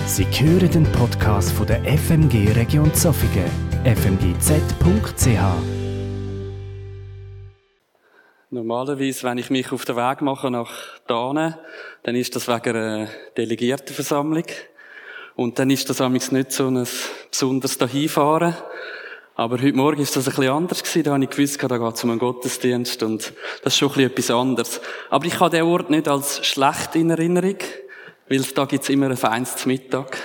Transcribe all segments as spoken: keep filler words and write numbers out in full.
Sie hören den Podcast von der F M G Region Zofingen, f m g z punkt c h. Normalerweise, wenn ich mich auf den Weg mache nach Dahne, dann ist das wegen einer Delegiertenversammlung. Und dann ist das amigs nicht so ein besonderes Dahinfahren. Aber heute Morgen ist das ein bisschen anders gewesen. Da habe ich gewusst, da geht es um einen Gottesdienst und das ist schon ein bisschen etwas anderes. Aber ich habe den Ort nicht als schlecht in Erinnerung, weil da gibt es immer ein feines Mittag.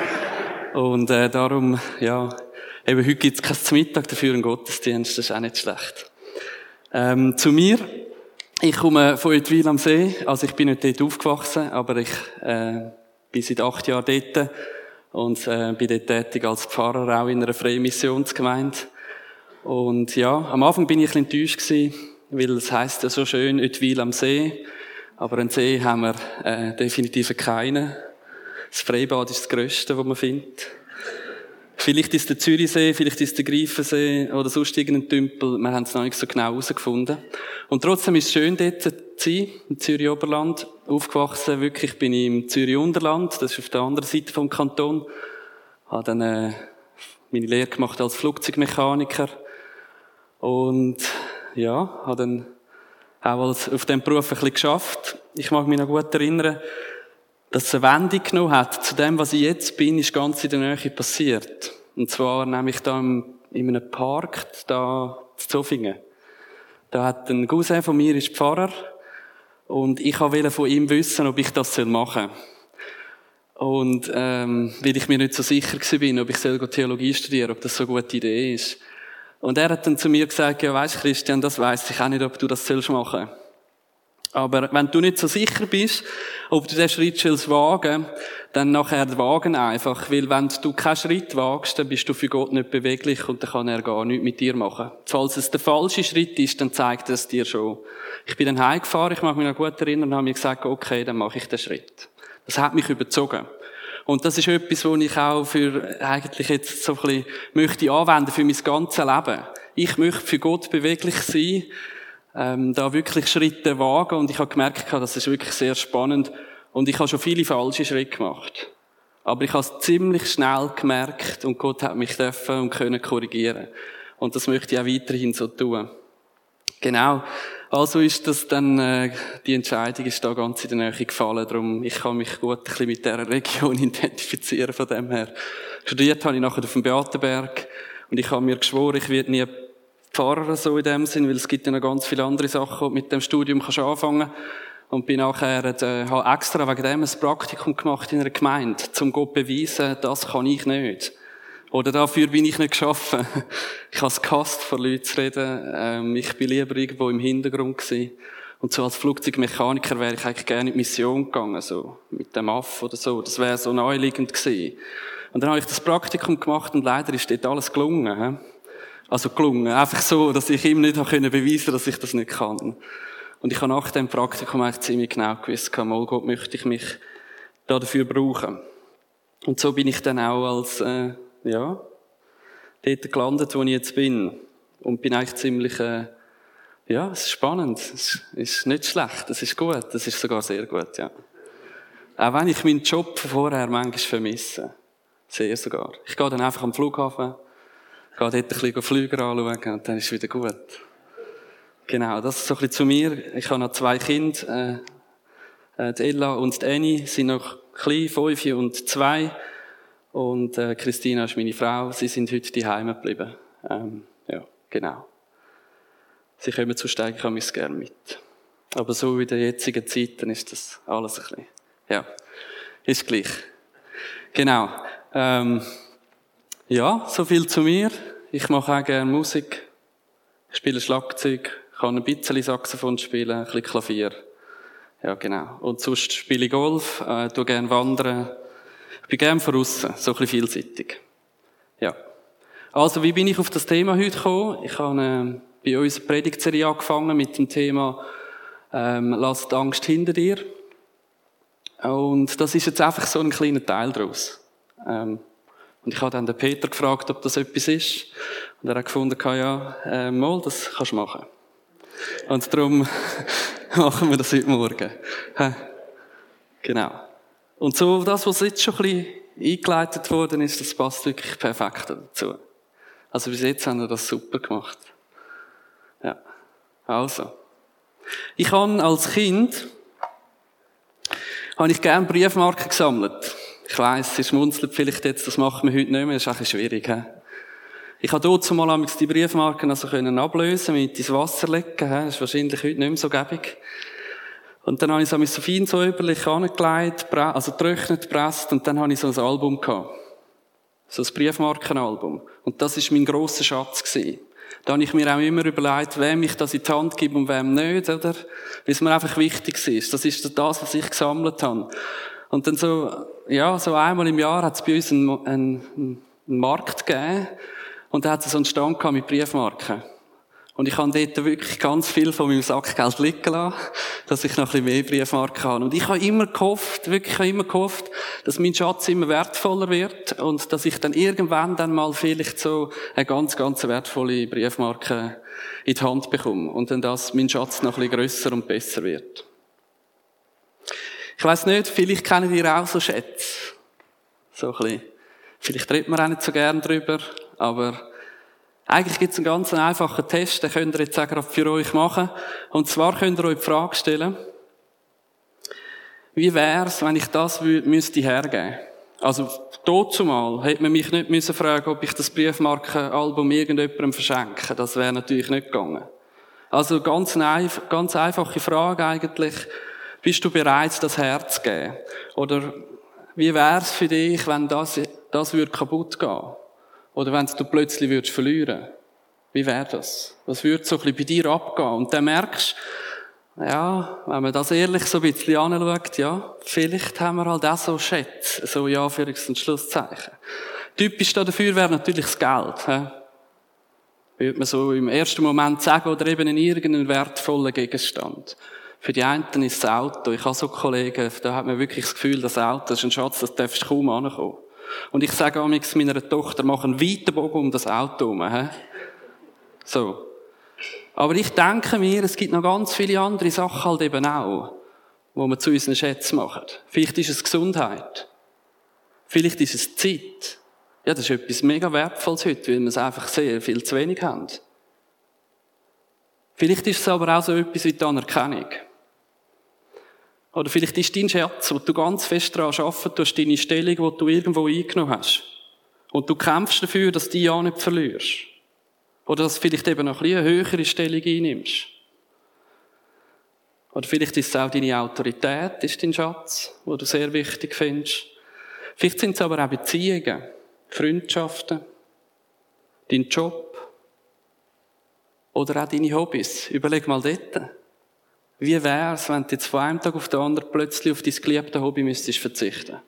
Und äh, darum, ja, eben heute gibt es kein Mittag, dafür einen Gottesdienst, das ist auch nicht schlecht. Ähm, zu mir. Ich komme von Oetwil am See, also ich bin nicht dort aufgewachsen, aber ich äh, bin seit acht Jahren dort und äh, bin dort tätig als Pfarrer, auch in einer freien Missionsgemeinde. Und ja, am Anfang bin ich ein bisschen enttäuscht gewesen, weil es heisst ja so schön Oetwil am See, aber einen See haben wir äh, definitiv keinen. Das Freibad ist das Grösste, was man findet. Vielleicht ist der Zürichsee, vielleicht ist der Greifensee oder sonst irgendein Tümpel. Wir haben es noch nicht so genau herausgefunden. Und trotzdem ist es schön, dort zu sein, im Zürich-Oberland. Aufgewachsen, wirklich bin ich im Zürich-Unterland. Das ist auf der anderen Seite vom Kanton. Habe dann äh, meine Lehre gemacht als Flugzeugmechaniker. Und ja, habe dann auch als, auf diesem Beruf ein bisschen geschafft. Ich mag mich noch gut erinnern, dass es eine Wendung genommen hat zu dem, was ich jetzt bin, ist ganz in der Nähe passiert. Und zwar nämlich da im, in einem Park, da in Zofingen. Da hat ein Cousin von mir, ist Pfarrer, und ich wollte von ihm wissen, ob ich das machen soll. Und, ähm, weil ich mir nicht so sicher war, ob ich Theologie studieren soll, ob das so eine gute Idee ist. Und er hat dann zu mir gesagt, ja, weisst Christian, das weiss ich auch nicht, ob du das machen sollst. Aber wenn du nicht so sicher bist, ob du den Schritt wagen sollst, dann nachher wagen einfach. Weil wenn du keinen Schritt wagst, dann bist du für Gott nicht beweglich und dann kann er gar nichts mit dir machen. Falls es der falsche Schritt ist, dann zeigt er es dir schon. Ich bin dann heimgefahren, ich mag mich noch gut erinnern, und habe mir gesagt, okay, dann mache ich den Schritt. Das hat mich überzogen. Und das ist etwas, was ich auch für, eigentlich jetzt so ein bisschen möchte anwenden für mein ganzes Leben. Ich möchte für Gott beweglich sein, ähm, da wirklich Schritte wagen, und ich habe gemerkt, das ist wirklich sehr spannend, und ich habe schon viele falsche Schritte gemacht. Aber ich habe es ziemlich schnell gemerkt, und Gott hat mich dürfen und können korrigieren. Und das möchte ich auch weiterhin so tun. Genau. Also ist das dann, äh, die Entscheidung ist da ganz in der Nähe gefallen. Darum, ich kann mich gut ein bisschen mit dieser Region identifizieren von dem her. Studiert habe ich nachher auf dem Beatenberg, und ich habe mir geschworen, ich werde nie Pfarrer so in dem Sinn, weil es gibt ja noch ganz viele andere Sachen, die du mit dem Studium kannst anfangen. Und bin nachher, äh, habe extra wegen dem ein Praktikum gemacht in einer Gemeinde, um Gott zu beweisen, das kann ich nicht. Oder dafür bin ich nicht geschaffen. Ich habe es gehasst, vor Leuten zu reden. Ähm, ich bin lieber irgendwo im Hintergrund gewesen. Und so als Flugzeugmechaniker wäre ich eigentlich gerne in die Mission gegangen, so mit dem A F oder so. Das wäre so naheliegend gewesen. Und dann habe ich das Praktikum gemacht, und leider ist dort alles gelungen. He? Also gelungen. Einfach so, dass ich ihm nicht beweisen konnte, dass ich das nicht kann. Und ich habe nach dem Praktikum eigentlich ziemlich genau gewusst, mal Gott möchte ich mich da dafür brauchen. Und so bin ich dann auch als, äh, ja, dort gelandet, wo ich jetzt bin. Und bin eigentlich ziemlich, äh, ja, es ist spannend. Es ist nicht schlecht, es ist gut, es ist sogar sehr gut, ja. Auch wenn ich meinen Job vorher manchmal vermisse. Sehr sogar. Ich gehe dann einfach am Flughafen, gehe dort ein bisschen Flüger anschauen, und dann ist es wieder gut. Genau, das ist so ein bisschen zu mir. Ich habe noch zwei Kinder, äh, die Ella und die Annie sind noch klein, fünf und zwei. Und äh, Christina ist meine Frau. Sie sind heute daheim geblieben. Ähm, ja, genau. Sie kommen zu steigen, ich habe es gerne mit. Aber so in der jetzigen Zeit, dann ist das alles ein bisschen, ja, ist gleich. Genau. Ähm, ja, so viel zu mir. Ich mache auch gerne Musik. Ich spiele Schlagzeug, kann ein bisschen Saxophon spielen, ein bisschen Klavier. Ja, genau. Und sonst spiele ich Golf, äh, tue gerne wandern. Ich bin gerne von aussen, so ein bisschen vielseitig. Ja. Also, wie bin ich auf das Thema heute gekommen? Ich habe äh, bei uns eine Predigtserie angefangen mit dem Thema ähm, «Lass die Angst hinter dir». Und das ist jetzt einfach so ein kleiner Teil daraus. Ähm, und ich habe dann den Peter gefragt, ob das etwas ist. Und er hat gefunden, ja, äh, mal, das kannst du machen. Und darum machen wir das heute Morgen. Genau. Und so das, was jetzt schon ein bisschen eingeleitet worden ist, das passt wirklich perfekt dazu. Also bis jetzt haben wir das super gemacht. Ja. Also. Ich habe als Kind, habe ich gerne Briefmarken gesammelt. Ich weiss, sie schmunzelt vielleicht jetzt, das macht man heute nicht mehr, das ist ein bisschen schwierig. He? Ich habe dort zumal die Briefmarken also können ablösen, mit ins Wasser legen. Das ist wahrscheinlich heute nicht mehr so gäbig. Und dann habe ich es so fein säuberlich angelegt, also getrocknet, gepresst, und dann habe ich so ein Album gehabt. So ein Briefmarkenalbum. Und das war mein grosser Schatz gewesen. Da habe ich mir auch immer überlegt, wem ich das in die Hand gebe und wem nicht, oder? Weil es mir einfach wichtig ist. Das ist das, was ich gesammelt habe. Und dann so, ja, so einmal im Jahr hat es bei uns einen, einen, einen Markt gegeben. Und da hat es so einen Stand gehabt mit Briefmarken. Und ich habe dort wirklich ganz viel von meinem Sackgeld liegen lassen, dass ich noch ein bisschen mehr Briefmarken habe. Und ich habe immer gehofft, wirklich habe immer gehofft, dass mein Schatz immer wertvoller wird und dass ich dann irgendwann dann mal vielleicht so eine ganz, ganz wertvolle Briefmarke in die Hand bekomme. Und dann, dass mein Schatz noch ein bisschen grösser und besser wird. Ich weiss nicht, vielleicht kennen ihr auch so Schätze. So ein bisschen. Vielleicht redet man auch nicht so gern drüber, aber eigentlich gibt es einen ganz einfachen Test, den könnt ihr jetzt auch gerade für euch machen. Und zwar könnt ihr euch die Frage stellen, wie wäre es, wenn ich das müsste hergeben? Also, dazumal hätte man mich nicht müssen fragen, ob ich das Briefmarkenalbum irgendjemandem verschenke. Das wäre natürlich nicht gegangen. Also, ganz eine ganz einfache Frage eigentlich. Bist du bereit, das herzugeben? Oder, wie wäre es für dich, wenn das, das würde kaputt gehen? Oder wenn du plötzlich würdest verlieren? Wie wäre das? Was würde so ein bisschen bei dir abgehen? Und dann merkst du, ja, wenn man das ehrlich so ein bisschen anschaut, ja, vielleicht haben wir halt auch so Schätze, so ja, Anführungs- und Schlusszeichen. Typisch dafür wäre natürlich das Geld. He? Würde man so im ersten Moment sagen, oder eben in irgendeinen wertvollen Gegenstand. Für die einen ist das Auto. Ich habe so Kollegen, da hat man wirklich das Gefühl, das Auto, das ist ein Schatz, das darfst du kaum ankommen. Und ich sage amigs meiner Tochter, mach einen weiten Bogen um das Auto herum. He? So. Aber ich denke mir, es gibt noch ganz viele andere Sachen halt eben auch, wo wir zu unseren Schätzen machen. Vielleicht ist es Gesundheit. Vielleicht ist es Zeit. Ja, das ist etwas mega Wertvolles heute, weil wir es einfach sehr viel zu wenig haben. Vielleicht ist es aber auch so etwas wie die Anerkennung. Oder vielleicht ist dein Schatz, wo du ganz fest daran arbeiten tust, deine Stellung, die du irgendwo eingenommen hast. Und du kämpfst dafür, dass du die ja nicht verlierst. Oder dass du vielleicht eben noch ein bisschen eine höhere Stellung einnimmst. Oder vielleicht ist es auch deine Autorität, ist dein Schatz, wo du sehr wichtig findest. Vielleicht sind es aber auch Beziehungen, Freundschaften, dein Job oder auch deine Hobbys. Überleg mal dort. Wie wäre es, wenn du jetzt von einem Tag auf den anderen plötzlich auf dein geliebte Hobby müsstest verzichten?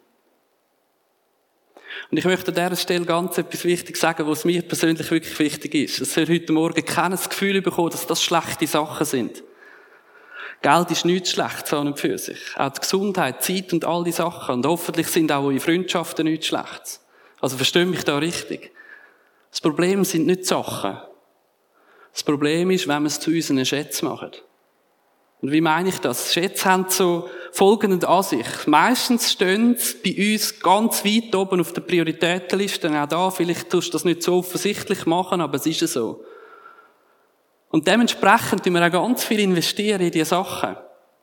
Und ich möchte an dieser Stelle ganz etwas Wichtiges sagen, was mir persönlich wirklich wichtig ist. Es soll heute Morgen kein Gefühl bekommen, dass das schlechte Sachen sind. Geld ist nichts Schlechtes an und für sich. Auch die Gesundheit, Zeit und all die Sachen. Und hoffentlich sind auch eure Freundschaften nichts Schlechtes. Also verstehe mich da richtig. Das Problem sind nicht die Sachen. Das Problem ist, wenn wir es zu unseren Schätzen machen. Und wie meine ich das? Schätze haben so folgende Ansicht. Meistens stehen sie bei uns ganz weit oben auf der Prioritätenliste. Auch da, vielleicht tust du das nicht so offensichtlich machen, aber es ist so. Und dementsprechend tun wir auch ganz viel investieren in diese Sachen.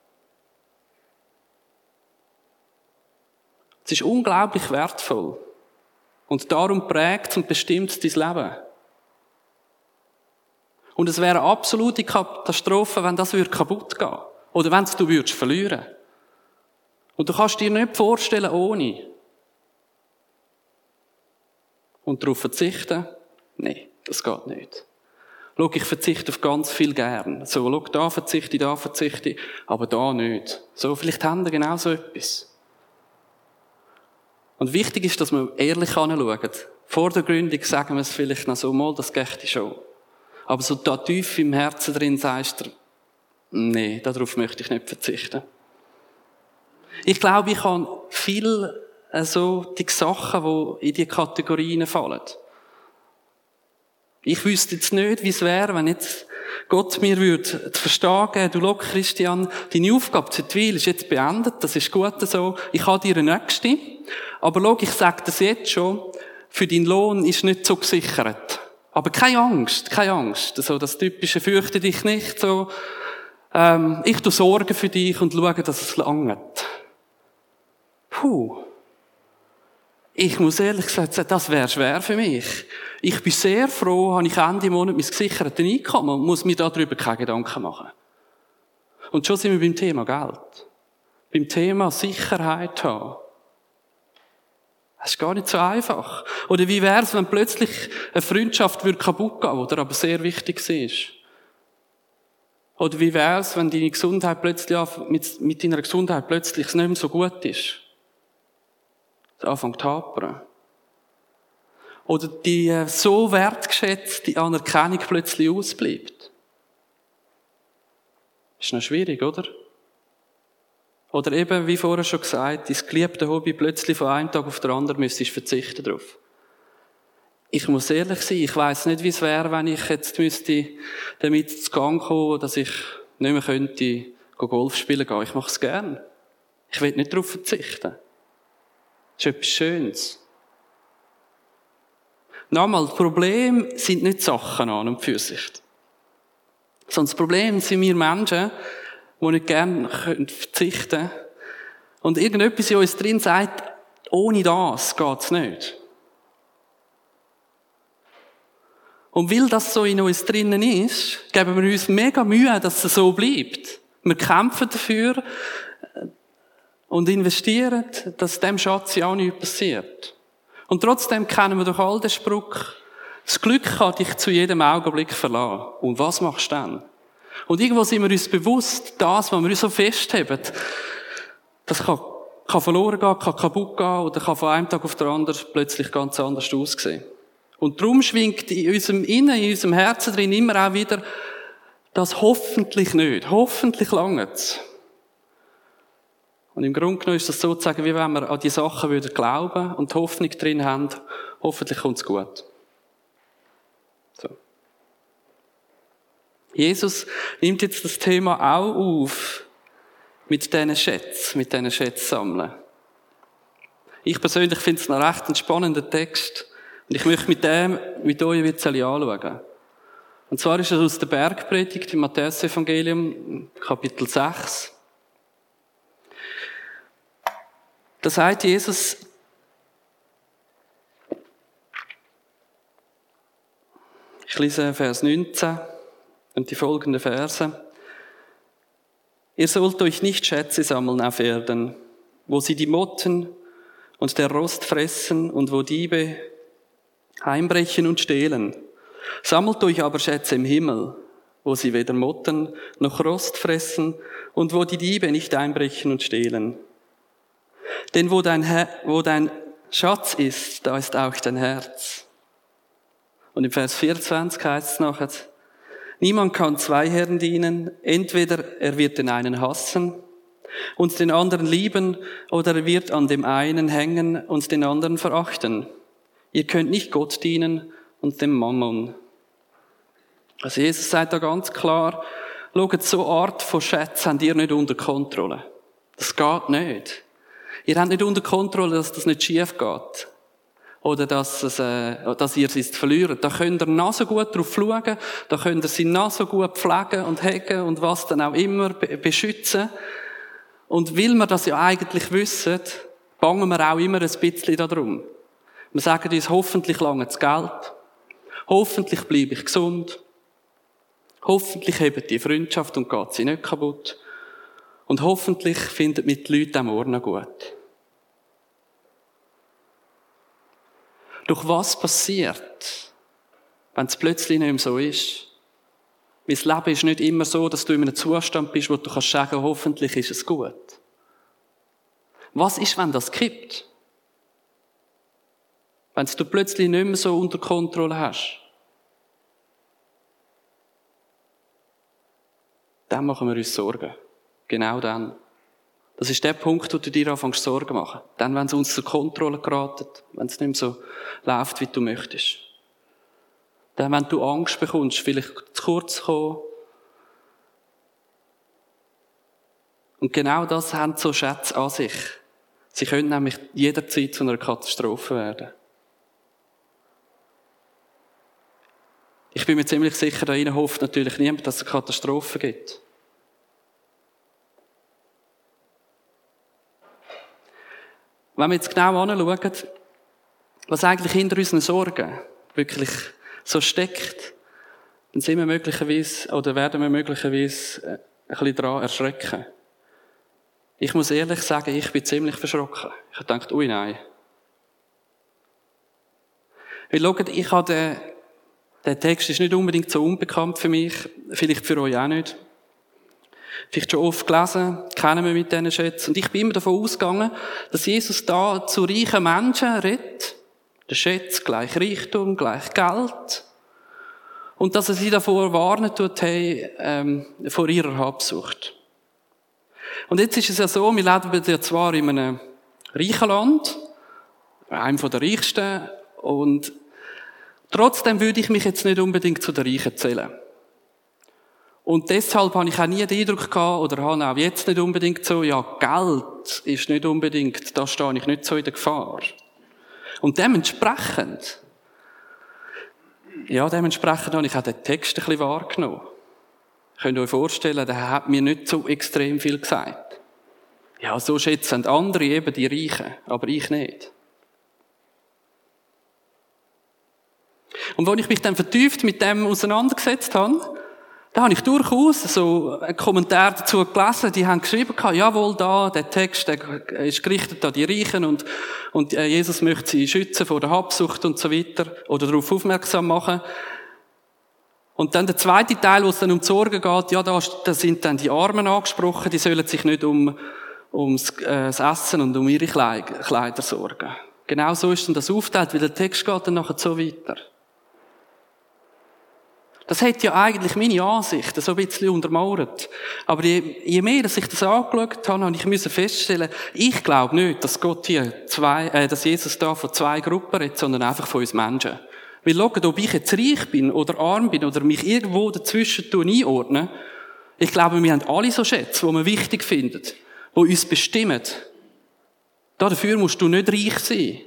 Es ist unglaublich wertvoll. Und darum prägt und bestimmt dein Leben. Und es wäre eine absolute Katastrophe, wenn das kaputt gehen würde. Oder wenn es du würdest verlieren. Und du kannst dir nicht vorstellen, ohne. Und darauf verzichten? Nein, das geht nicht. Schau, ich verzichte auf ganz viel gern. So, schau, da verzichte ich, da verzichte ich, aber da nicht. So, vielleicht haben wir genau so etwas. Und wichtig ist, dass wir ehrlich anschauen. Vor der Gründung sagen wir es vielleicht noch so, mal, das geht schon. Aber so da tief im Herzen drin sagst du, nee, darauf möchte ich nicht verzichten. Ich glaube, ich habe viel äh, so die Sachen, die in diese Kategorien fallen. Ich wüsste jetzt nicht, wie es wäre, wenn jetzt Gott mir würde zu verstehen geben, du schau, Christian, deine Aufgabe zu Weil ist jetzt beendet, das ist gut so, ich habe dir eine nächste, Aber schau, ich sage das jetzt schon, für deinen Lohn ist nicht so gesichert. Aber keine Angst, keine Angst. So das typische fürchte dich nicht, so, ähm, ich tu Sorgen für dich und schaue, dass es langt. Puh. Ich muss ehrlich gesagt sagen, das wäre schwer für mich. Ich bin sehr froh, habe ich Ende Monat mein gesichertes Einkommen und muss mir darüber keine Gedanken machen. Und schon sind wir beim Thema Geld. Beim Thema Sicherheit haben. Das ist gar nicht so einfach. Oder wie wäre es, wenn plötzlich eine Freundschaft würde kaputt gehen, die aber sehr wichtig ist? Oder wie wäre es, wenn deine Gesundheit plötzlich, mit, mit deiner Gesundheit plötzlich nicht mehr so gut ist? Es anfängt zu hapern. Oder die so wertgeschätzte Anerkennung plötzlich ausbleibt. Ist noch schwierig, oder? Oder eben, wie vorher schon gesagt, dein geliebte Hobby plötzlich von einem Tag auf den anderen müsstest verzichten drauf. Ich muss ehrlich sein, ich weiss nicht, wie es wäre, wenn ich jetzt müsste damit zu Gang kommen, dass ich nicht mehr könnte Golf spielen gehen. Ich mache es gern. Ich will nicht darauf verzichten. Das ist etwas Schönes. Nochmal, das Problem sind nicht Sachen an und für sich. Sondern das Problem sind wir Menschen, die nicht gerne verzichten können. Und irgendetwas in uns drin sagt, ohne das geht's nicht. Und weil das so in uns drinnen ist, geben wir uns mega Mühe, dass es so bleibt. Wir kämpfen dafür und investieren, dass dem Schatz ja auch nichts passiert. Und trotzdem kennen wir doch all den Spruch, das Glück kann dich zu jedem Augenblick verlassen. Und was machst du dann? Und irgendwo sind wir uns bewusst, das, was wir uns so festheben, das kann, kann verloren gehen, kann kaputt gehen oder kann von einem Tag auf den anderen plötzlich ganz anders aussehen. Und darum schwingt in unserem Innen, in unserem Herzen drin immer auch wieder das hoffentlich nicht. Hoffentlich langt's. Und im Grunde genommen ist das sozusagen, wie wenn wir an die Sachen würden glauben und Hoffnung drin haben, hoffentlich kommt's gut. So. Jesus nimmt jetzt das Thema auch auf mit diesen Schätzen, mit diesen Schätzsammeln. Ich persönlich finde es noch recht einen spannenden Text und ich möchte mit dem mit euch ein bisschen anschauen. Und zwar ist es aus der Bergpredigt im Matthäus-Evangelium, Kapitel sechs. Da sagt Jesus, ich lese Vers neunzehn und die folgenden Verse. Ihr sollt euch nicht Schätze sammeln auf Erden, wo sie die Motten und der Rost fressen und wo Diebe einbrechen und stehlen. Sammelt euch aber Schätze im Himmel, wo sie weder Motten noch Rost fressen und wo die Diebe nicht einbrechen und stehlen. Denn wo dein, Her- wo dein Schatz ist, da ist auch dein Herz. Und im Vers vierundzwanzig heißt es nachher, niemand kann zwei Herren dienen, entweder er wird den einen hassen und den anderen lieben, oder er wird an dem einen hängen und den anderen verachten. Ihr könnt nicht Gott dienen und dem Mammon. Also Jesus sagt da ganz klar, schaut, so eine Art von Schätzen habt ihr nicht unter Kontrolle. Das geht nicht. Ihr habt nicht unter Kontrolle, dass das nicht schief geht. Oder dass, es, äh, dass ihr es verliert. Da könnt ihr noch so gut drauf schauen, da könnt ihr sie noch so gut pflegen und hegen und was dann auch immer be- beschützen. Und weil wir das ja eigentlich wissen, bangen wir auch immer ein bisschen darum. Wir sagen uns, hoffentlich lange das Geld, hoffentlich bleibe ich gesund, hoffentlich hebt die Freundschaft und geht sie nicht kaputt und hoffentlich findet mit den Leuten am Morgen noch gut. Doch was passiert, wenn es plötzlich nicht mehr so ist? Weil das Leben ist nicht immer so, dass du in einem Zustand bist, wo du kannst sagen, hoffentlich ist es gut. Was ist, wenn das kippt? Wenn du plötzlich nicht mehr so unter Kontrolle hast? Dann machen wir uns Sorgen. Genau dann. Das ist der Punkt, wo du dir anfängst Sorgen machen. Dann, wenn es uns zur Kontrolle geraten, wenn es nicht mehr so läuft, wie du möchtest. Dann, wenn du Angst bekommst, vielleicht zu kurz kommen. Und genau das haben so Schätze an sich. Sie können nämlich jederzeit zu einer Katastrophe werden. Ich bin mir ziemlich sicher, da innen hofft natürlich niemand, dass es eine Katastrophe gibt. Wenn wir jetzt genau anschauen, was eigentlich hinter unseren Sorgen wirklich so steckt, dann sind wir möglicherweise, oder werden wir möglicherweise ein bisschen daran erschrecken. Ich muss ehrlich sagen, ich bin ziemlich verschrocken. Ich habe gedacht, ui nein. Weil schaut, ich habe den, der Text ist nicht unbedingt so unbekannt für mich, vielleicht für euch auch nicht. Vielleicht schon oft gelesen, kennen wir mit diesen Schätzen. Und ich bin immer davon ausgegangen, dass Jesus da zu reichen Menschen redet. Der Schätz gleich Reichtum, gleich Geld. Und dass er sie davor warnen tut, hey, ähm, vor ihrer Habsucht. Und jetzt ist es ja so, wir leben ja zwar in einem reichen Land, einem der reichsten, und trotzdem würde ich mich jetzt nicht unbedingt zu den Reichen zählen. Und deshalb habe ich auch nie den Eindruck gehabt, oder habe auch jetzt nicht unbedingt so, ja, Geld ist nicht unbedingt, da stehe ich nicht so in der Gefahr. Und dementsprechend, ja, dementsprechend habe ich auch den Text ein bisschen wahrgenommen. Ihr könnt euch vorstellen, der hat mir nicht so extrem viel gesagt. Ja, so schätzen andere eben die Reichen, aber ich nicht. Und als ich mich dann vertieft mit dem auseinandergesetzt habe, da habe ich durchaus so einen Kommentar dazu gelesen, die haben geschrieben, jawohl, da, der Text, der ist gerichtet an die Reichen und, und Jesus möchte sie schützen vor der Habsucht und so weiter, oder darauf aufmerksam machen. Und dann der zweite Teil, wo es dann um die Sorgen geht, ja, da, da sind dann die Armen angesprochen, die sollen sich nicht um, ums äh, das Essen und um ihre Kleider sorgen. Genau so ist dann das aufgeteilt, weil der Text geht dann nachher so weiter. Das hat ja eigentlich meine Ansicht so ein bisschen untermauert. Aber je, je mehr, dass ich das angeschaut habe, habe ich müssen feststellen, ich glaube nicht, dass Gott hier zwei, äh, dass Jesus da von zwei Gruppen redet, sondern einfach von uns Menschen. Weil schaut, ob ich jetzt reich bin oder arm bin oder mich irgendwo dazwischen einordne, ich glaube, wir haben alle so Schätze, die wir wichtig finden, die uns bestimmen. Dafür musst du nicht reich sein.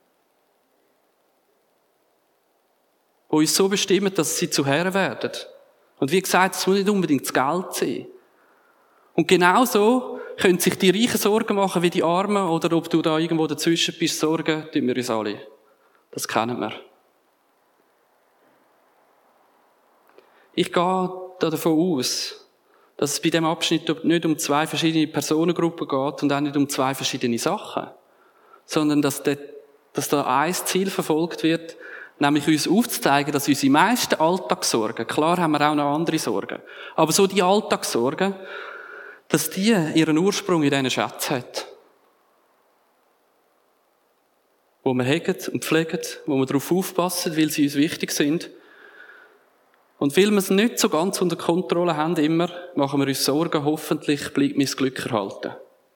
Die uns so bestimmen, dass sie zu Herren werden. Und wie gesagt, es muss nicht unbedingt das Geld sein. Und genauso können sich die Reichen Sorgen machen wie die Armen, oder ob du da irgendwo dazwischen bist, Sorgen, tun wir uns alle. Das kennen wir. Ich gehe da davon aus, dass es bei diesem Abschnitt nicht um zwei verschiedene Personengruppen geht und auch nicht um zwei verschiedene Sachen, sondern dass, de, dass da ein Ziel verfolgt wird, nämlich uns aufzuzeigen, dass unsere meisten Alltagssorgen, klar haben wir auch noch andere Sorgen, aber so die Alltagssorgen, dass die ihren Ursprung in diesen Schätzen hat. Wo wir hegen und pflegen, wo wir darauf aufpassen, weil sie uns wichtig sind. Und weil wir es nicht so ganz unter Kontrolle haben immer, machen wir uns Sorgen, hoffentlich bleibt mein Glück erhalten.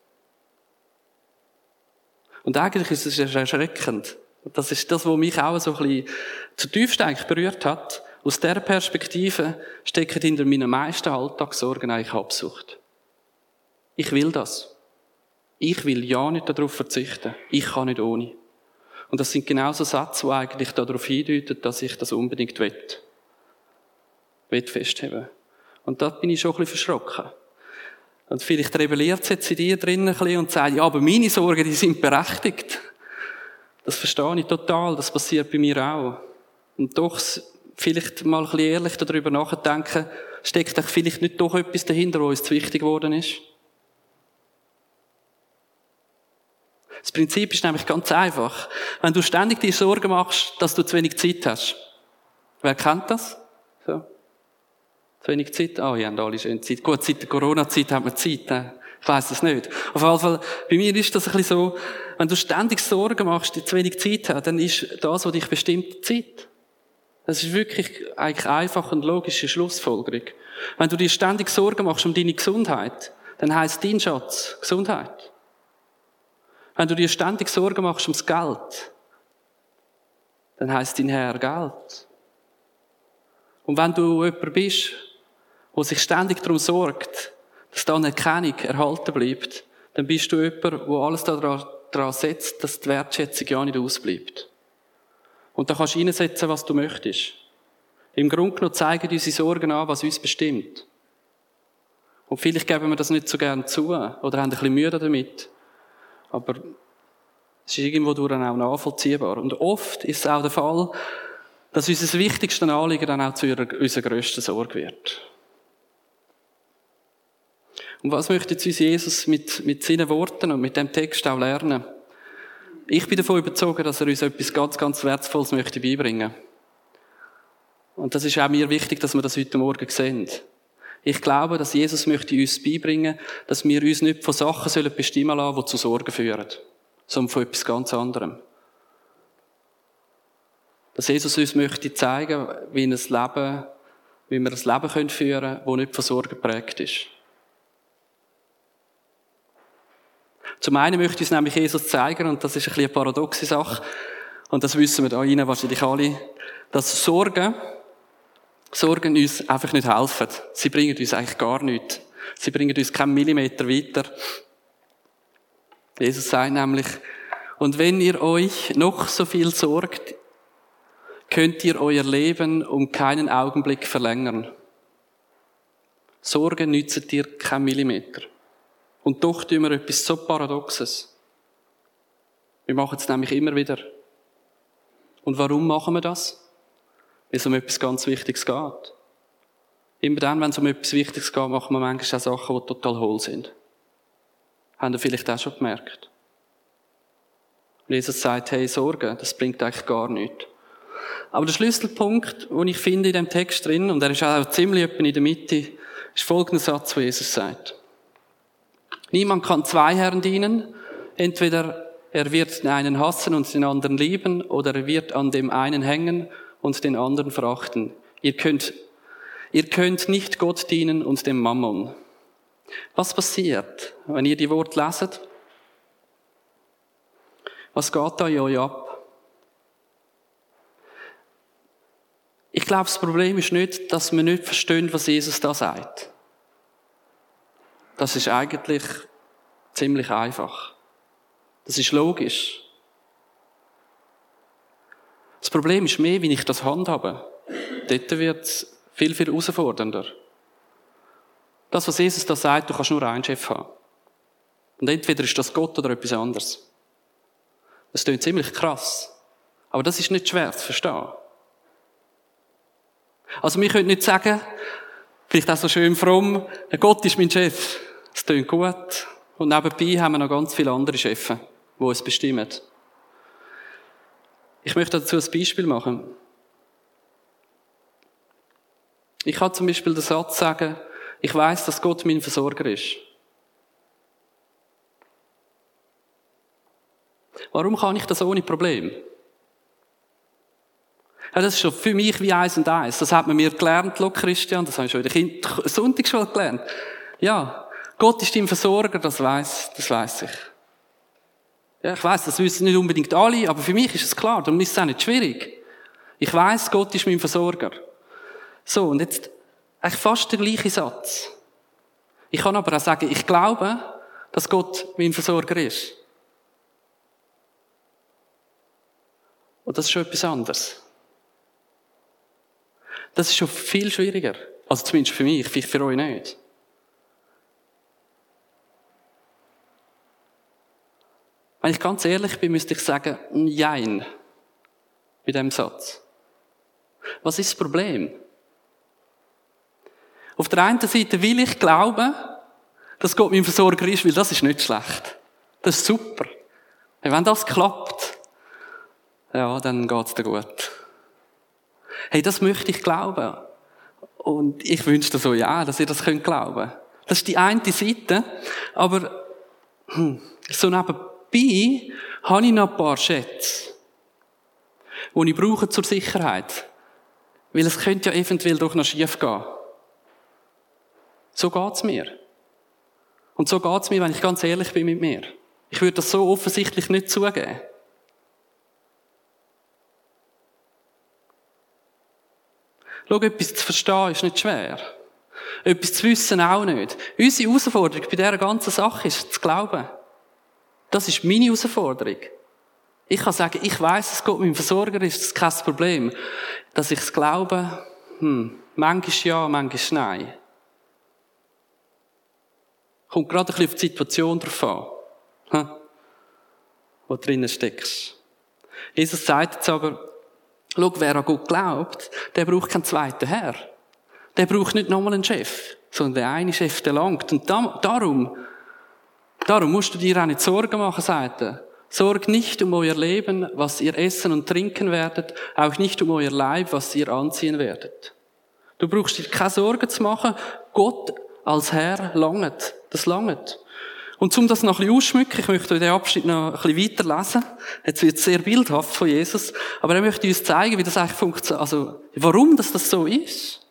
Und eigentlich ist es erschreckend. Das ist das, was mich auch so ein bisschen zutiefst eigentlich berührt hat. Aus dieser Perspektive stecken hinter meinen meisten Alltagssorgen eigentlich Habsucht. Ich will das. Ich will ja nicht darauf verzichten. Ich kann nicht ohne. Und das sind genau so Sätze, die eigentlich darauf hindeuten, dass ich das unbedingt will. Will festheben. Und da bin ich schon ein bisschen verschrocken. Und vielleicht rebelliert es jetzt in dir drin ein bisschen und sagt, ja, aber meine Sorgen, die sind berechtigt. Das verstehe ich total, das passiert bei mir auch. Und doch vielleicht mal ein bisschen ehrlich darüber nachdenken, steckt da vielleicht nicht doch etwas dahinter, was uns zu wichtig geworden ist? Das Prinzip ist nämlich ganz einfach. Wenn du ständig dir Sorgen machst, dass du zu wenig Zeit hast. Wer kennt das? So. Zu wenig Zeit? Ah, oh, ihr habt alle schön Zeit. Gut, seit der Corona-Zeit hat man Zeit. Ich weiss es nicht. Auf jeden Fall, bei mir ist das ein bisschen so, wenn du ständig Sorgen machst, die zu wenig Zeit hast, dann ist das, was dich bestimmt, Zeit. Das ist wirklich eigentlich einfach und logische Schlussfolgerung. Wenn du dir ständig Sorgen machst um deine Gesundheit, dann heisst dein Schatz Gesundheit. Wenn du dir ständig Sorgen machst ums Geld, dann heisst dein Herr Geld. Und wenn du jemand bist, der sich ständig darum sorgt, dass da eine Anerkennung erhalten bleibt, dann bist du jemand, der alles daran daran setzt, dass die Wertschätzung ja nicht ausbleibt. Und da kannst du reinsetzen, was du möchtest. Im Grunde genommen zeigen unsere Sorgen an, was uns bestimmt. Und vielleicht geben wir das nicht so gerne zu oder haben ein bisschen Mühe damit. Aber es ist irgendwo durch auch nachvollziehbar. Und oft ist es auch der Fall, dass unser wichtigste Anliegen dann auch zu unserer grössten Sorge wird. Und was möchte jetzt uns Jesus mit, mit seinen Worten und mit dem Text auch lernen? Ich bin davon überzeugt, dass er uns etwas ganz, ganz Wertvolles möchte beibringen. Und das ist auch mir wichtig, dass wir das heute Morgen sehen. Ich glaube, dass Jesus möchte uns beibringen, dass wir uns nicht von Sachen bestimmen lassen sollen, die zu Sorgen führen, sondern von etwas ganz anderem. Dass Jesus uns möchte zeigen, wie, ein Leben, wie wir ein Leben führen können, das nicht von Sorgen geprägt ist. Zum einen möchte uns nämlich Jesus zeigen, und das ist ein bisschen eine paradoxe Sache, und das wissen wir da rein wahrscheinlich alle, dass Sorgen, Sorgen uns einfach nicht helfen. Sie bringen uns eigentlich gar nichts. Sie bringen uns keinen Millimeter weiter. Jesus sagt nämlich, und wenn ihr euch noch so viel sorgt, könnt ihr euer Leben um keinen Augenblick verlängern. Sorgen nützen dir keinen Millimeter. Und doch tun wir etwas so Paradoxes. Wir machen es nämlich immer wieder. Und warum machen wir das? Weil es um etwas ganz Wichtiges geht. Immer dann, wenn es um etwas Wichtiges geht, machen wir manchmal auch Sachen, die total hohl sind. Haben ihr vielleicht auch schon gemerkt? Und Jesus sagt, hey, Sorge, das bringt eigentlich gar nichts. Aber der Schlüsselpunkt, den ich finde in dem Text drin, und er ist auch ziemlich etwa in der Mitte, ist folgender Satz, wo Jesus sagt. Niemand kann zwei Herren dienen. Entweder er wird den einen hassen und den anderen lieben, oder er wird an dem einen hängen und den anderen verachten. Ihr könnt, ihr könnt nicht Gott dienen und dem Mammon. Was passiert, wenn ihr die Worte leset? Was geht da in euch ab? Ich glaube, das Problem ist nicht, dass wir nicht verstehen, was Jesus da sagt. Das ist eigentlich ziemlich einfach. Das ist logisch. Das Problem ist mehr, wie ich das handhabe. Dort wird es viel, viel herausfordernder. Das, was Jesus da sagt, du kannst nur einen Chef haben. Und entweder ist das Gott oder etwas anderes. Das klingt ziemlich krass. Aber das ist nicht schwer zu verstehen. Also wir können nicht sagen, vielleicht auch so schön fromm, Gott ist mein Chef. Das klingt gut. Und nebenbei haben wir noch ganz viele andere Chefs, die uns bestimmen. Ich möchte dazu ein Beispiel machen. Ich kann zum Beispiel den Satz sagen, ich weiss, dass Gott mein Versorger ist. Warum kann ich das ohne Problem? Ja, das ist schon für mich wie eins und eins. Das hat man mir gelernt, Christian, das habe ich schon in der Kind- Sonntagsschule gelernt. Ja, Gott ist dein Versorger, das weiss, das weiss ich. Ja, ich weiss, das wissen nicht unbedingt alle, aber für mich ist es klar, darum ist es auch nicht schwierig. Ich weiss, Gott ist mein Versorger. So, und jetzt eigentlich fast der gleiche Satz. Ich kann aber auch sagen, ich glaube, dass Gott mein Versorger ist. Und das ist schon etwas anderes. Das ist schon viel schwieriger. Also zumindest für mich, vielleicht für euch nicht. Wenn ich ganz ehrlich bin, müsste ich sagen, nein, bei diesem Satz. Was ist das Problem? Auf der einen Seite will ich glauben, dass Gott mein Versorger ist, weil das ist nicht schlecht. Das ist super. Und wenn das klappt, ja, dann geht's dir gut. Hey, das möchte ich glauben. Und ich wünsche dir so, ja, dass ihr das könnt glauben. Das ist die eine Seite. Aber hm, so nebenbei habe ich noch ein paar Schätze, die ich brauche zur Sicherheit. Weil es könnte ja eventuell doch noch schief gehen. So geht's mir. Und so geht's mir, wenn ich ganz ehrlich bin mit mir. Ich würde das so offensichtlich nicht zugeben. Schau, etwas zu verstehen ist nicht schwer. Etwas zu wissen auch nicht. Unsere Herausforderung bei dieser ganzen Sache ist, zu glauben. Das ist meine Herausforderung. Ich kann sagen, ich weiss, dass Gott mein Versorger ist, das ist kein Problem. Dass ich es glaube, hm, manchmal ja, manchmal nein. Kommt gerade ein bisschen auf die Situation drauf an, hm, wo du drinnen steckst. Jesus sagt jetzt aber, schau, wer an Gott glaubt, der braucht keinen zweiten Herr. Der braucht nicht nochmal einen Chef, sondern der eine Chef, der langt. Und darum, darum musst du dir auch nicht Sorgen machen, sagt er. Sorgt nicht um euer Leben, was ihr essen und trinken werdet, auch nicht um euer Leib, was ihr anziehen werdet. Du brauchst dir keine Sorgen zu machen. Gott als Herr langt. Das langt. Und um das noch ein bisschen ausschmücken, ich möchte euch den Abschnitt noch ein bisschen weiterlesen. Jetzt wird es sehr bildhaft von Jesus. Aber er möchte uns zeigen, wie das eigentlich funktioniert. Also, warum das, das so ist.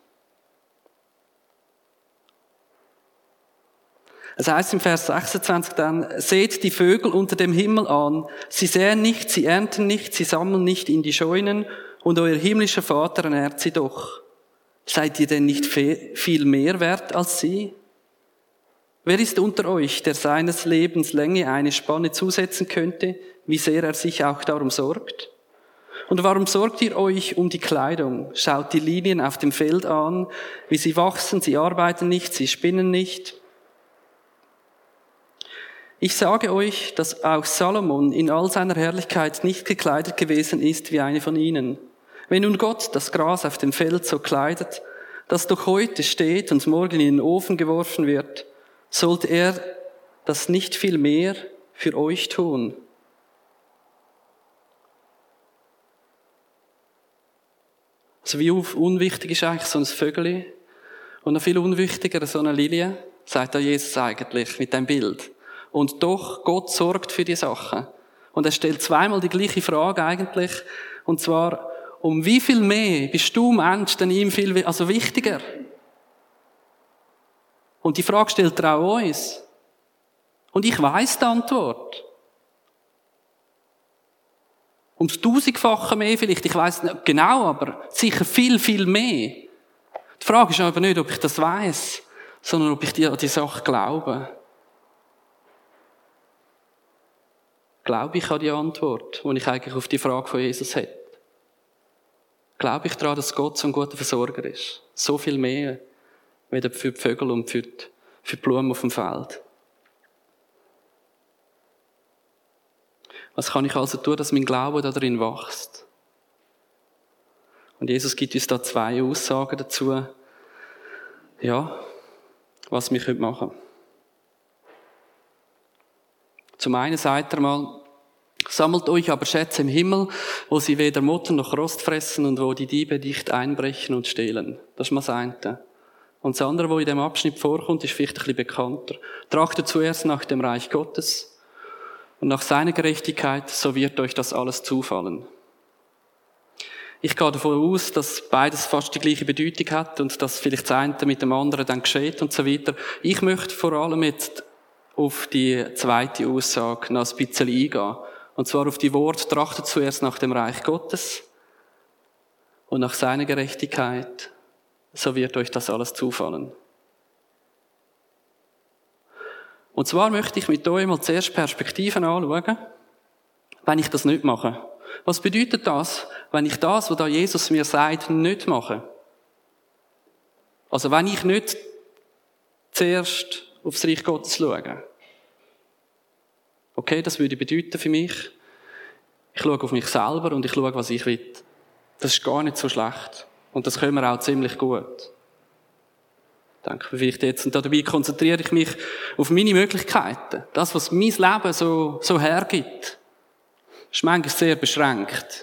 Es heißt im Vers sechsundzwanzig dann, seht die Vögel unter dem Himmel an. Sie säen nicht, sie ernten nicht, sie sammeln nicht in die Scheunen und euer himmlischer Vater ernährt sie doch. Seid ihr denn nicht viel mehr wert als sie? Wer ist unter euch, der seines Lebens Länge eine Spanne zusetzen könnte, wie sehr er sich auch darum sorgt? Und warum sorgt ihr euch um die Kleidung? Schaut die Lilien auf dem Feld an, wie sie wachsen, sie arbeiten nicht, sie spinnen nicht. Ich sage euch, dass auch Salomon in all seiner Herrlichkeit nicht gekleidet gewesen ist wie eine von ihnen. Wenn nun Gott das Gras auf dem Feld so kleidet, das doch heute steht und morgen in den Ofen geworfen wird, sollte er das nicht viel mehr für euch tun? Also wie unwichtig ist eigentlich so ein Vögel und noch viel unwichtiger so eine Lilie, sagt da Jesus eigentlich mit dem Bild. Und doch, Gott sorgt für die Sachen. Und er stellt zweimal die gleiche Frage eigentlich. Und zwar, um wie viel mehr bist du Mensch denn ihm viel, also wichtiger? Und die Frage stellt er auch uns. Und ich weiss die Antwort. Ums tausendfache mehr vielleicht, ich weiss nicht genau, aber sicher viel, viel mehr. Die Frage ist aber nicht, ob ich das weiss, sondern ob ich an die Sache glaube. Glaube ich an die Antwort, die ich eigentlich auf die Frage von Jesus hätte? Glaube ich daran, dass Gott so ein guter Versorger ist? So viel mehr, weder für die Vögel und für die, für die Blumen auf dem Feld. Was kann ich also tun, dass mein Glaube darin wächst? Und Jesus gibt uns da zwei Aussagen dazu, ja, was wir machen können. Zum einen sagt er mal, sammelt euch aber Schätze im Himmel, wo sie weder Motten noch Rost fressen und wo die Diebe nicht einbrechen und stehlen. Das ist mal das eine. Und das andere, was in dem Abschnitt vorkommt, ist vielleicht ein bisschen bekannter. Trachtet zuerst nach dem Reich Gottes und nach seiner Gerechtigkeit, so wird euch das alles zufallen. Ich gehe davon aus, dass beides fast die gleiche Bedeutung hat und dass vielleicht das eine mit dem anderen dann geschieht und so weiter. Ich möchte vor allem jetzt auf die zweite Aussage noch ein bisschen eingehen. Und zwar auf die Worte, trachtet zuerst nach dem Reich Gottes und nach seiner Gerechtigkeit, so wird euch das alles zufallen. Und zwar möchte ich mit euch mal zuerst Perspektiven anschauen, wenn ich das nicht mache. Was bedeutet das, wenn ich das, was da Jesus mir sagt, nicht mache? Also wenn ich nicht zuerst aufs Reich Gottes schaue. Okay, das würde bedeuten für mich, ich schaue auf mich selber und ich schaue, was ich will. Das ist gar nicht so schlecht. Und das können wir auch ziemlich gut. Denke vielleicht jetzt. Und dabei konzentriere ich mich auf meine Möglichkeiten. Das, was mein Leben so, so hergibt, ist manchmal sehr beschränkt.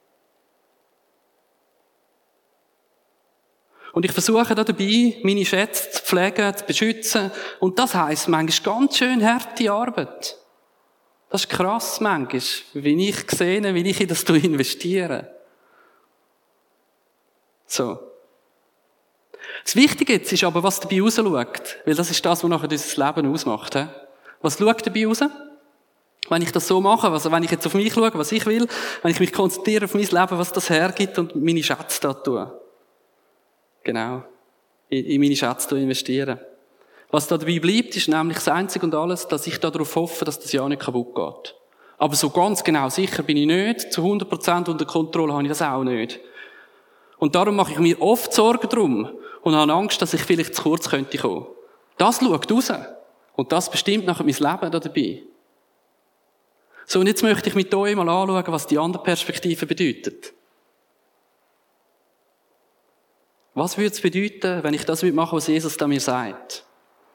Und ich versuche da dabei, meine Schätze zu pflegen, zu beschützen. Und das heisst manchmal ganz schön harte Arbeit. Das ist krass manchmal, wie ich sehe, wie ich in das investiere. So. Das Wichtige jetzt ist aber, was dabei rausschaut. Weil das ist das, was nachher unser Leben ausmacht. He? Was schaut dabei raus? Wenn ich das so mache, also wenn ich jetzt auf mich schaue, was ich will, wenn ich mich konzentriere auf mein Leben, was das hergibt und meine Schätze da tue. Genau. In, in meine Schätze investieren. Was da dabei bleibt, ist nämlich das Einzige und alles, dass ich darauf hoffe, dass das ja nicht kaputt geht. Aber so ganz genau sicher bin ich nicht. Zu hundert Prozent unter Kontrolle habe ich das auch nicht. Und darum mache ich mir oft Sorgen drum und habe Angst, dass ich vielleicht zu kurz könnte kommen. Das schaut raus. Und das bestimmt nachher mein Leben da dabei. So, und jetzt möchte ich mit euch mal anschauen, was die andere Perspektive bedeutet. Was würde es bedeuten, wenn ich das mache, was Jesus da mir sagt?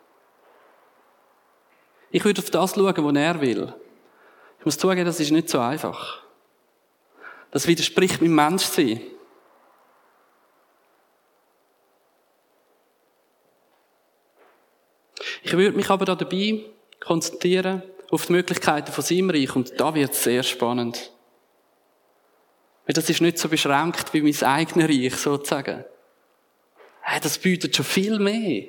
Ich würde auf das schauen, was er will. Ich muss zugeben, das ist nicht so einfach. Das widerspricht meinem Menschsein. Ich würde mich aber da dabei konzentrieren auf die Möglichkeiten von seinem Reich und da wird es sehr spannend. Weil das ist nicht so beschränkt wie mein eigenes Reich, sozusagen. Hey, das bietet schon viel mehr.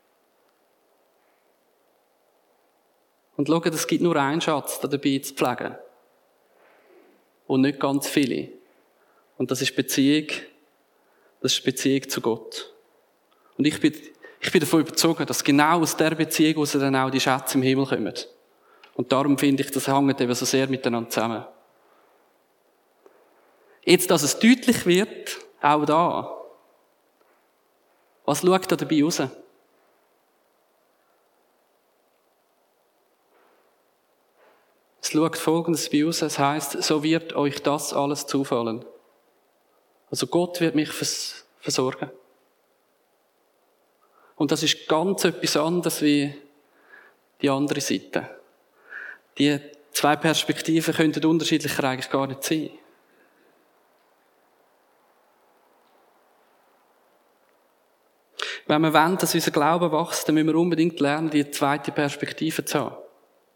Und schaut, es gibt nur einen Schatz, da dabei zu pflegen. Und nicht ganz viele. Und das ist Beziehung, das ist Beziehung zu Gott. Und ich bin, ich bin davon überzeugt, dass genau aus dieser Beziehung heraus dann auch die Schätze im Himmel kommen. Und darum finde ich, das hängt eben so sehr miteinander zusammen. Jetzt, dass es deutlich wird, auch da. Was schaut da dabei raus? Es schaut Folgendes bei raus, es heisst, so wird euch das alles zufallen. Also Gott wird mich vers- versorgen. Und das ist ganz etwas anderes wie die andere Seite. Die zwei Perspektiven könnten unterschiedlicher eigentlich gar nicht sein. Wenn wir wollen, dass unser Glaube wächst, dann müssen wir unbedingt lernen, die zweite Perspektive zu haben.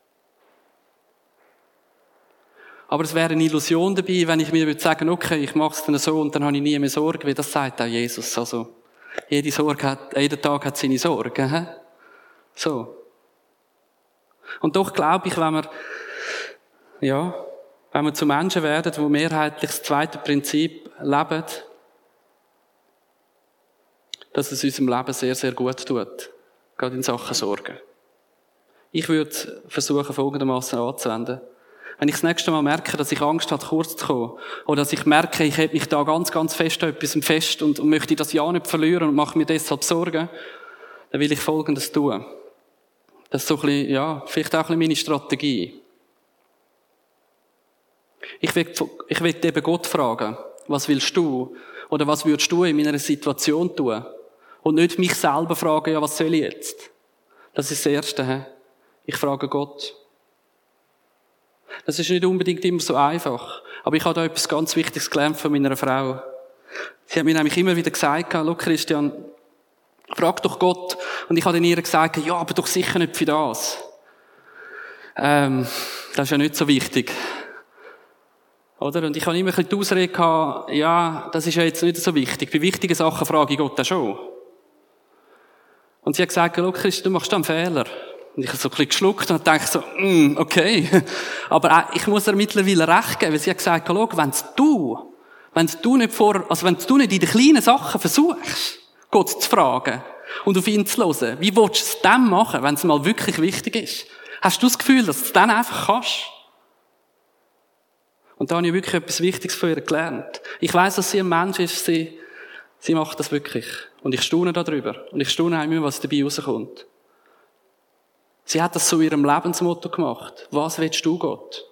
Aber es wäre eine Illusion dabei, wenn ich mir würde sagen, okay, ich mache es dann so und dann habe ich nie mehr Sorgen, weil das sagt auch Jesus. Also, jede Sorge hat, jeder Tag hat seine Sorgen. He? So. Und doch glaube ich, wenn wir, ja, wenn wir zu Menschen werden, die mehrheitlich das zweite Prinzip leben, dass es unserem Leben sehr, sehr gut tut. Gerade in Sachen Sorgen. Ich würde versuchen, folgendermaßen anzuwenden. Wenn ich das nächste Mal merke, dass ich Angst habe, kurz zu kommen, oder dass ich merke, ich hätte mich da ganz, ganz fest an etwas fest und, und möchte das ja nicht verlieren und mache mir deshalb Sorgen, dann will ich Folgendes tun. Das ist so ein bisschen, ja, vielleicht auch ein bisschen meine Strategie. Ich will, ich will eben Gott fragen, was willst du? Oder was würdest du in meiner Situation tun? Und nicht mich selber fragen, ja, was soll ich jetzt? Das ist das Erste. He? Ich frage Gott. Das ist nicht unbedingt immer so einfach. Aber ich habe da etwas ganz Wichtiges gelernt von meiner Frau. Sie hat mir nämlich immer wieder gesagt, schau Christian, frag doch Gott. Und ich habe dann ihr gesagt, ja, aber doch sicher nicht für das. Ähm, das ist ja nicht so wichtig. Oder? Und ich habe immer ein bisschen die Ausrede gehabt, ja, das ist ja jetzt nicht so wichtig. Bei wichtigen Sachen frage ich Gott auch schon. Und sie hat gesagt, schau Christian, du machst da einen Fehler. Und ich habe so ein bisschen geschluckt und dachte so, mm, okay. Aber ich muss ihr mittlerweile recht geben, weil sie hat gesagt, schau, wenn du, wenn du nicht vor, also wenn du nicht in den kleinen Sachen versuchst, Gott zu fragen und auf ihn zu hören, wie willst du es dann machen, wenn es mal wirklich wichtig ist? Hast du das Gefühl, dass du es dann einfach kannst? Und da habe ich wirklich etwas Wichtiges von ihr gelernt. Ich weiss, dass sie ein Mensch ist, sie, sie macht das wirklich. Und ich staune darüber. Und ich staune auch immer, was dabei rauskommt. Sie hat das zu ihrem Lebensmotto gemacht. Was willst du, Gott?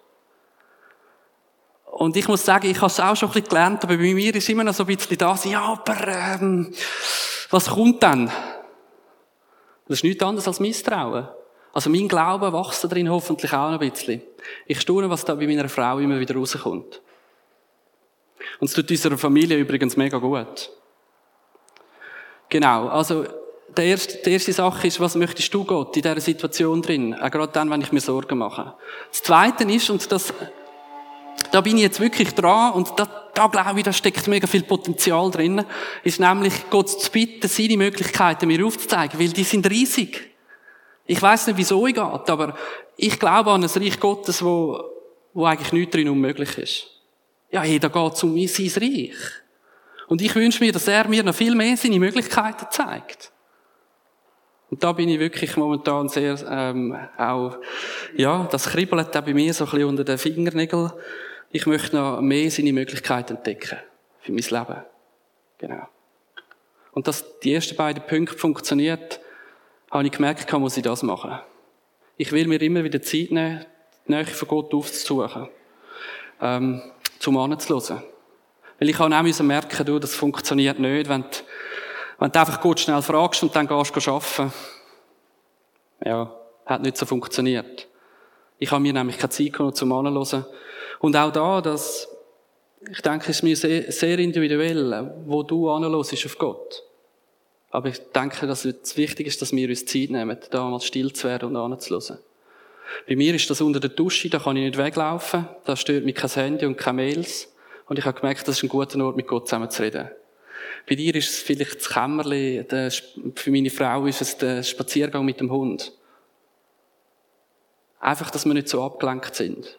Und ich muss sagen, ich habe es auch schon ein bisschen gelernt, aber bei mir ist immer noch so ein bisschen da, ja, aber ähm, was kommt dann? Das ist nichts anderes als Misstrauen. Also mein Glaube wächst da drin hoffentlich auch noch ein bisschen. Ich staune, was da bei meiner Frau immer wieder rauskommt. Und es tut unserer Familie übrigens mega gut. Genau, also die erste, die erste Sache ist, was möchtest du, Gott, in dieser Situation drin? Auch gerade dann, wenn ich mir Sorgen mache. Das Zweite ist, und das, da bin ich jetzt wirklich dran, und da, da glaube ich, da steckt mega viel Potenzial drin, ist nämlich, Gott zu bitten, seine Möglichkeiten mir aufzuzeigen, weil die sind riesig. Ich weiss nicht, wie es euch geht, aber ich glaube an ein Reich Gottes, wo, wo eigentlich nichts drin unmöglich ist. Ja, hey, da geht es um sein Reich. Und ich wünsche mir, dass er mir noch viel mehr seine Möglichkeiten zeigt. Und da bin ich wirklich momentan sehr, ähm, auch, ja, das kribbelt auch bei mir so ein bisschen unter den Fingernägeln. Ich möchte noch mehr seine Möglichkeiten entdecken. Für mein Leben. Genau. Und dass die ersten beiden Punkte funktioniert, habe ich gemerkt, kann, muss ich das machen. Ich will mir immer wieder Zeit nehmen, die Nähe von Gott aufzusuchen. Ähm, zum anzuhören. Weil ich habe auch merken, du, das funktioniert nicht, wenn du, wenn du einfach Gott schnell fragst und dann gehst du arbeiten. Ja, hat nicht so funktioniert. Ich habe mir nämlich keine Zeit genommen, zum Anhören. Und auch da, das, ich denke, es ist mir sehr, sehr individuell, wo du anhörst auf Gott. Aber ich denke, dass es wichtig ist, dass wir uns Zeit nehmen, da mal still zu werden und anzuhören. Bei mir ist das unter der Dusche, da kann ich nicht weglaufen, da stört mich kein Handy und keine Mails. Und ich habe gemerkt, das ist ein guter Ort, mit Gott zusammen zu reden. Bei dir ist es vielleicht das Kämmerli, der, für meine Frau ist es der Spaziergang mit dem Hund. Einfach, dass wir nicht so abgelenkt sind.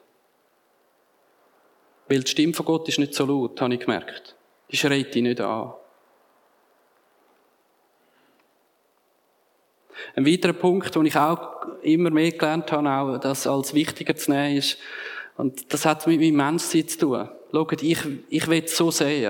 Weil die Stimme von Gott ist nicht so laut, habe ich gemerkt. Die schreit dich nicht an. Ein weiterer Punkt, den ich auch immer mehr gelernt habe, auch das als wichtiger zu nehmen, ist, und das hat mit meinem Menschsein zu tun. Schaut, ich, ich will so sehr,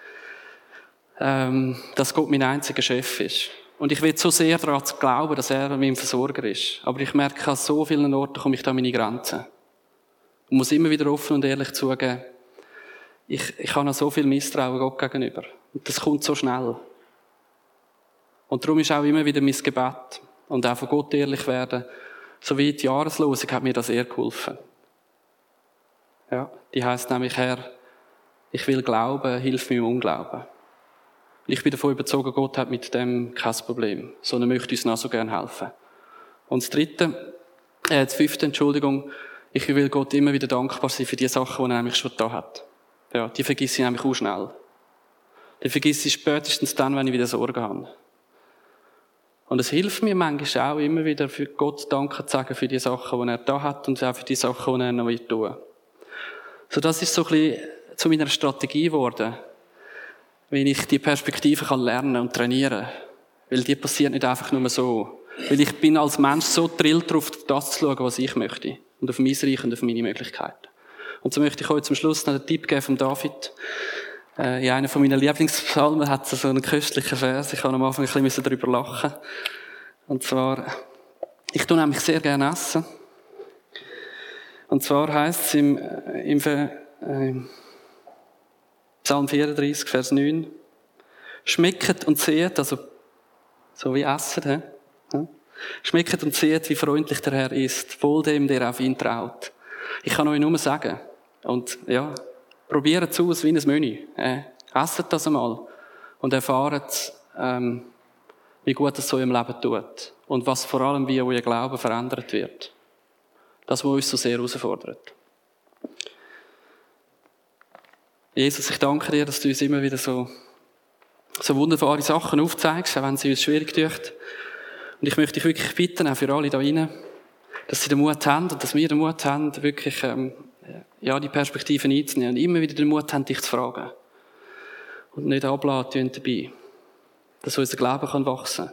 ähm, dass Gott mein einziger Chef ist. Und ich will so sehr daran glauben, dass er mein Versorger ist. Aber ich merke, an so vielen Orten komme ich da an meine Grenzen. Ich muss immer wieder offen und ehrlich zugeben, ich, ich habe noch so viel Misstrauen Gott gegenüber. Und das kommt so schnell. Und darum ist auch immer wieder mein Gebet und auch von Gott ehrlich werden, so wie die Jahreslosung hat mir das sehr geholfen. Ja, die heisst nämlich, Herr, ich will glauben, hilf mir im Unglauben. Ich bin davon überzeugt, Gott hat mit dem kein Problem, sondern möchte uns noch so gerne helfen. Und das dritte, äh, das fünfte, Entschuldigung, ich will Gott immer wieder dankbar sein für die Sachen, die er nämlich schon da hat. Ja, die vergesse ich nämlich auch schnell. Die vergesse ich spätestens dann, wenn ich wieder Sorgen habe. Und es hilft mir manchmal auch immer wieder, für Gott Danke zu sagen für die Sachen, die er da hat und auch für die Sachen, die er noch tun will. So, das ist so ein bisschen zu meiner Strategie geworden, wenn ich die Perspektive kann lernen und trainieren. Weil die passiert nicht einfach nur so. Weil ich bin als Mensch so drillt darauf, das zu schauen, was ich möchte. Und auf mein Reich und auf meine Möglichkeiten. Und so möchte ich euch zum Schluss noch einen Tipp geben von David. Äh, in einer von meinen Lieblingspsalmen hat es so einen köstlichen Vers. Ich habe am Anfang ein bisschen darüber lachen. Und zwar, ich tue nämlich sehr gerne essen. Und zwar heisst es im, im äh, Psalm vierunddreißig, Vers neun, schmecket und seht, also so wie essen, he? Ja? Schmecket und seht, wie freundlich der Herr ist, wohl dem, der auf ihn traut. Ich kann euch nur sagen, und ja, probiert es aus wie ein Menü. Äh, esset das einmal und erfahrt, ähm, wie gut es so im Leben tut. Und was vor allem, wie euer Glaube verändert wird. Das, was uns so sehr herausfordert. Jesus, ich danke dir, dass du uns immer wieder so, so wunderbare Sachen aufzeigst, auch wenn sie uns schwierig tun. Und ich möchte dich wirklich bitten, auch für alle da drinnen, dass sie den Mut haben und dass wir den Mut haben, wirklich ähm, ja, die Perspektiven einzunehmen und immer wieder den Mut haben, dich zu fragen. Und nicht abladen dabei. Dass unser Glauben kann wachsen.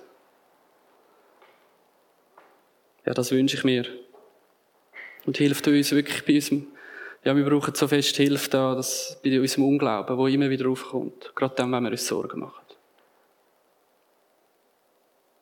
Ja, das wünsche ich mir. Und hilft uns wirklich bei unserem, ja, wir brauchen so fest Hilfe da, dass bei unserem Unglauben, wo immer wieder aufkommt. Gerade dann, wenn wir uns Sorgen machen.